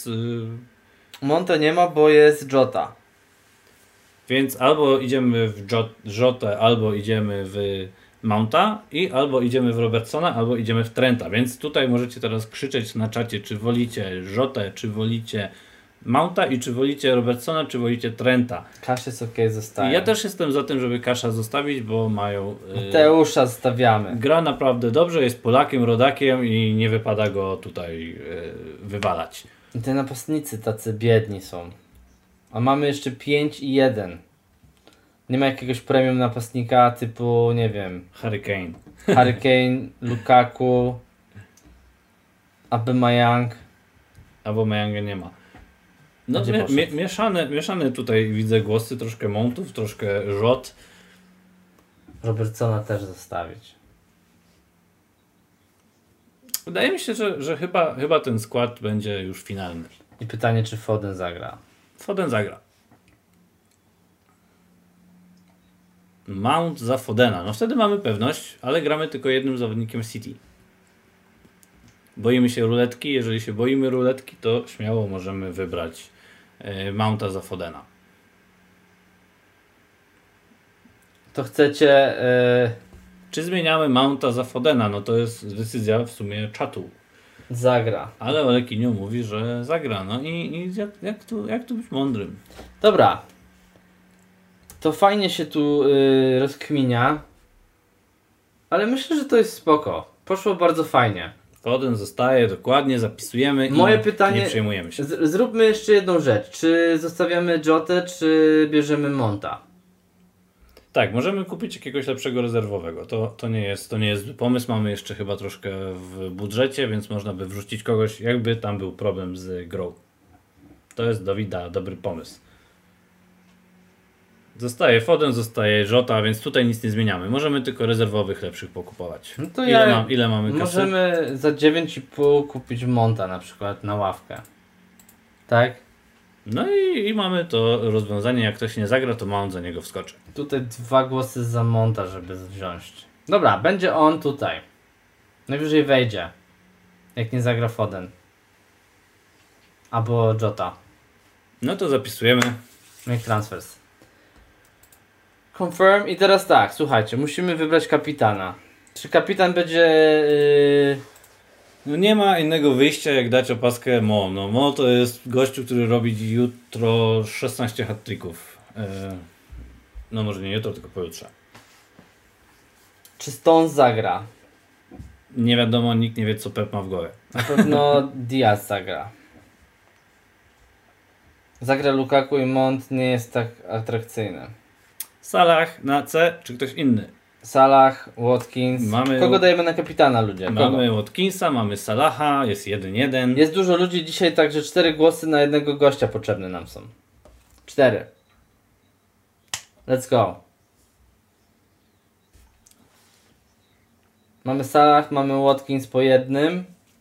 Monte nie ma, bo jest Jota. Więc albo idziemy w Jotę, albo idziemy w Mounta i albo idziemy w Robertsona, albo idziemy w Trenta. Więc tutaj możecie teraz krzyczeć na czacie, czy wolicie Jotę, czy wolicie Mounta i czy wolicie Robertsona, czy wolicie Trenta. Kasz jest ok, zostaje. Ja też jestem za tym, żeby Kasza zostawić, bo mają... Teusza zostawiamy. Gra naprawdę dobrze, jest Polakiem, rodakiem i nie wypada go tutaj wywalać. I te napastnicy tacy biedni są. A mamy jeszcze 5 i 1. Nie ma jakiegoś premium napastnika typu, nie wiem, Harry Kane. Harry Kane, Lukaku, Aubameyang. Albo Mayanga nie ma. No Gdzie poszedł? mieszane tutaj widzę głosy, troszkę Mountów, troszkę Jot. Robertsona też zostawić. Wydaje mi się, że chyba ten skład będzie już finalny. I pytanie, czy Foden zagra. Foden zagra. Mount za Fodena. No wtedy mamy pewność, ale gramy tylko jednym zawodnikiem City. Boimy się ruletki. Jeżeli się boimy ruletki, to śmiało możemy wybrać Mounta za Fodena. To chcecie... Czy zmieniamy Mounta za Fodena? No to jest decyzja w sumie czatu. zagra. Ale Olekiniu mówi, że zagra. No i jak tu być mądrym? Dobra. To fajnie się tu rozkminia. Ale myślę, że to jest spoko. Poszło bardzo fajnie. Foden zostaje, dokładnie, zapisujemy Moje i pytanie, nie przejmujemy się. Zróbmy jeszcze jedną rzecz. Czy zostawiamy Jotę, czy bierzemy Monta? Tak, możemy kupić jakiegoś lepszego rezerwowego. To nie jest zły pomysł. Mamy jeszcze chyba troszkę w budżecie, więc można by wrzucić kogoś, jakby tam był problem z grą. To jest Dawida dobry pomysł. Zostaje Foden, zostaje Jota, więc tutaj nic nie zmieniamy. Możemy tylko rezerwowych lepszych pokupować. No to Ile mamy kasy? Możemy za 9,5 kupić Monta na przykład na ławkę. Tak? No i mamy to rozwiązanie. Jak ktoś nie zagra, to Mount za niego wskoczy. Tutaj 2 głosy za Monta, żeby wziąć. Dobra, będzie on tutaj. Najwyżej wejdzie. Jak nie zagra Foden. Albo Jota. No to zapisujemy. Make transfers. Confirm i teraz tak, słuchajcie, musimy wybrać kapitana. Czy kapitan będzie... No nie ma innego wyjścia, jak dać opaskę Mo. No Mo to jest gościu, który robi jutro 16 hat-tricków. No może nie jutro, tylko pojutrze. Czy Stones zagra? Nie wiadomo, nikt nie wie, co Pep ma w głowie. Na pewno Diaz zagra. Zagra Lukaku i Mount nie jest tak atrakcyjny. Salah na C, czy ktoś inny? Salah, Watkins. Mamy- Kogo dajemy na kapitana, ludzie? Kogo? Mamy Watkinsa, mamy Salaha, jest 1-1. Jest dużo ludzi dzisiaj, także 4 głosy na jednego gościa potrzebne nam są. 4. Let's go. Mamy Salah, mamy Watkins po jednym.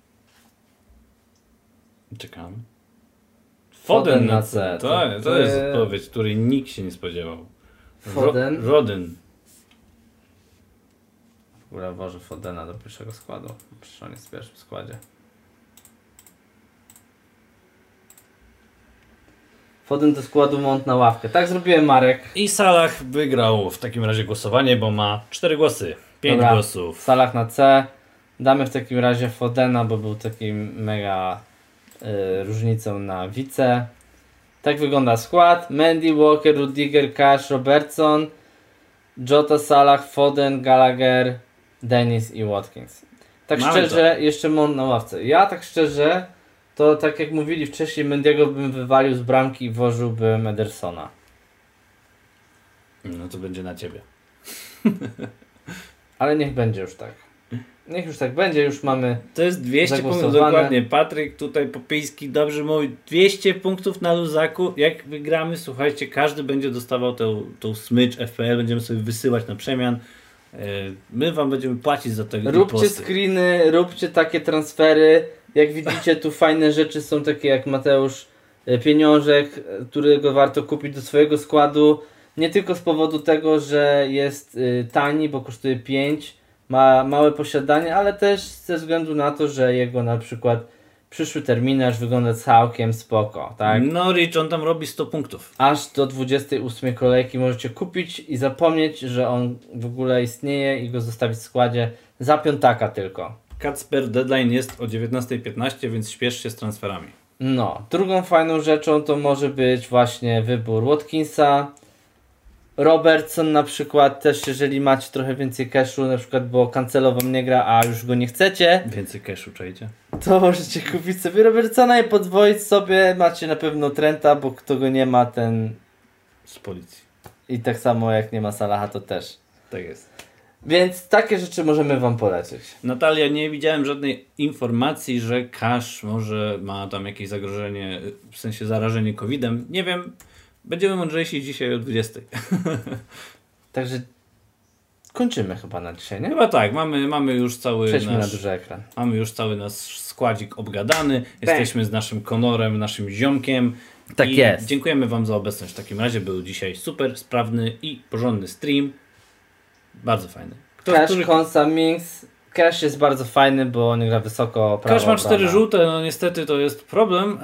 Czekam. Foden na C. To jest odpowiedź, której nikt się nie spodziewał. Foden. Rodyn. W ogóle włożę Fodena do pierwszego składu. Przecież on jest w pierwszym składzie. Foden do składu, Mount na ławkę. Tak zrobiłem, Marek. I Salah wygrał w takim razie głosowanie, bo ma 4 głosy. 5 Dobra, głosów. Salah na C. Damy w takim razie Fodena, bo był takim mega różnicą na wice. Tak wygląda skład. Mendy, Walker, Rudiger, Cash, Robertson, Jota, Salah, Foden, Gallagher, Dennis i Watkins. Tak Mamy szczerze, jeszcze Mount na ławce. Ja tak szczerze, to tak jak mówili wcześniej, Mendiego bym wywalił z bramki i włożyłbym Edersona. No to będzie na ciebie. Ale niech będzie już tak. Niech już tak będzie, już mamy... To jest 200 punktów, zagłosowane. dokładnie. Patryk tutaj Popijski dobrze mówi. 200 punktów na luzaku. Jak wygramy, słuchajcie, każdy będzie dostawał tą smycz FPL, będziemy sobie wysyłać na przemian. My wam będziemy płacić za te Róbcie posty. screeny, róbcie takie transfery. Jak widzicie, tu fajne rzeczy są takie jak Mateusz Pieniążek, którego warto kupić do swojego składu. Nie tylko z powodu tego, że jest tani, bo kosztuje 5, ma małe posiadanie, ale też ze względu na to, że jego na przykład przyszły terminarz wygląda całkiem spoko, tak? Norwich, on tam robi 100 punktów. Aż do 28 kolejki możecie kupić i zapomnieć, że on w ogóle istnieje i go zostawić w składzie za piątaka tylko. Kacper deadline jest o 19:15, więc śpiesz się z transferami. No, drugą fajną rzeczą to może być właśnie wybór Watkinsa. Robertson na przykład też, jeżeli macie trochę więcej cashu, na przykład bo Cancelo wam nie gra, a już go nie chcecie, Więcej cashu, czajcie? to możecie kupić sobie Robertsona i podwoić sobie, macie na pewno Trenta, bo kto go nie ma, ten Z policji. i tak samo jak nie ma Salaha, to też. Tak jest. Więc takie rzeczy możemy wam polecić. Natalia, nie widziałem żadnej informacji, że Cash może ma tam jakieś zagrożenie, w sensie zarażenie COVID-em. Nie wiem, będziemy mądrzejsi dzisiaj o 20. Także kończymy chyba na dzisiaj, nie? Chyba tak, mamy już cały Przejdźmy na nasz, duży ekran. mamy już cały nasz składzik obgadany. Jesteśmy z naszym Konorem, naszym ziomkiem. Tak I jest. Dziękujemy wam za obecność. W takim razie był dzisiaj super sprawny i porządny stream. Bardzo fajny. Cash, Konsa, Minks. Cash jest bardzo fajny, bo on gra wysoko. Cash ma 4 obrona. żółte, no niestety to jest problem.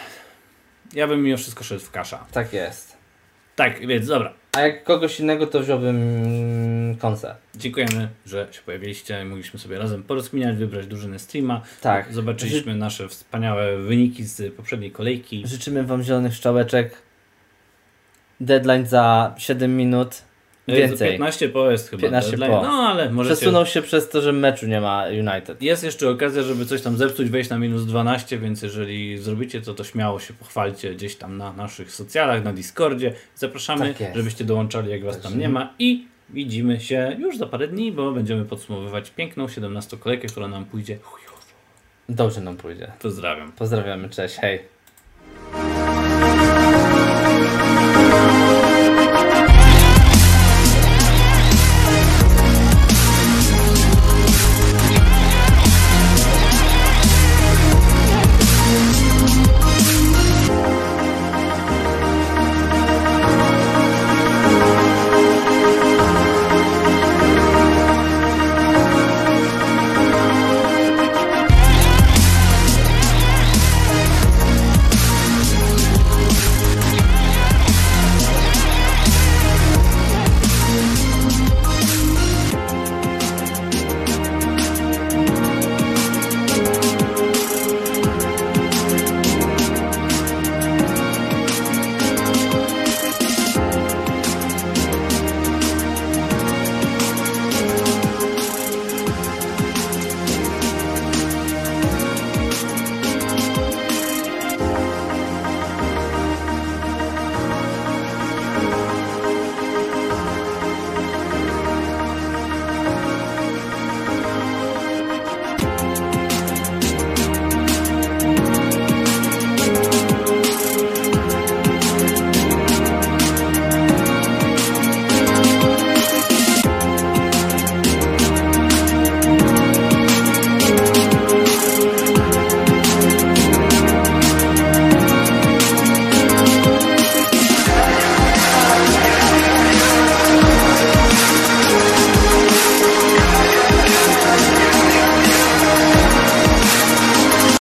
Ja bym mimo wszystko szedł w Casha. Tak jest. Tak, więc dobra. A jak kogoś innego, to wziąłbym Konsa. Dziękujemy, że się pojawiliście i mogliśmy sobie razem porozkminiać, wybrać drużynę streama. Tak. Zobaczyliśmy nasze wspaniałe wyniki z poprzedniej kolejki. Życzymy wam zielonych szczałeczek. Deadline za 7 minut. Więcej. 15 po jest chyba 15 deadline. po. No ale możecie... Przesunął się przez to, że meczu nie ma United. Jest jeszcze okazja, żeby coś tam zepsuć, wejść na minus 12, więc jeżeli zrobicie to śmiało się pochwalcie gdzieś tam na naszych socjalach, na Discordzie. Zapraszamy, Tak jest. żebyście dołączali, jak was tam nie ma. I widzimy się już za parę dni, bo będziemy podsumowywać piękną 17 kolejkę, która nam pójdzie. Dobrze nam pójdzie. Pozdrawiam. Pozdrawiamy, cześć, hej.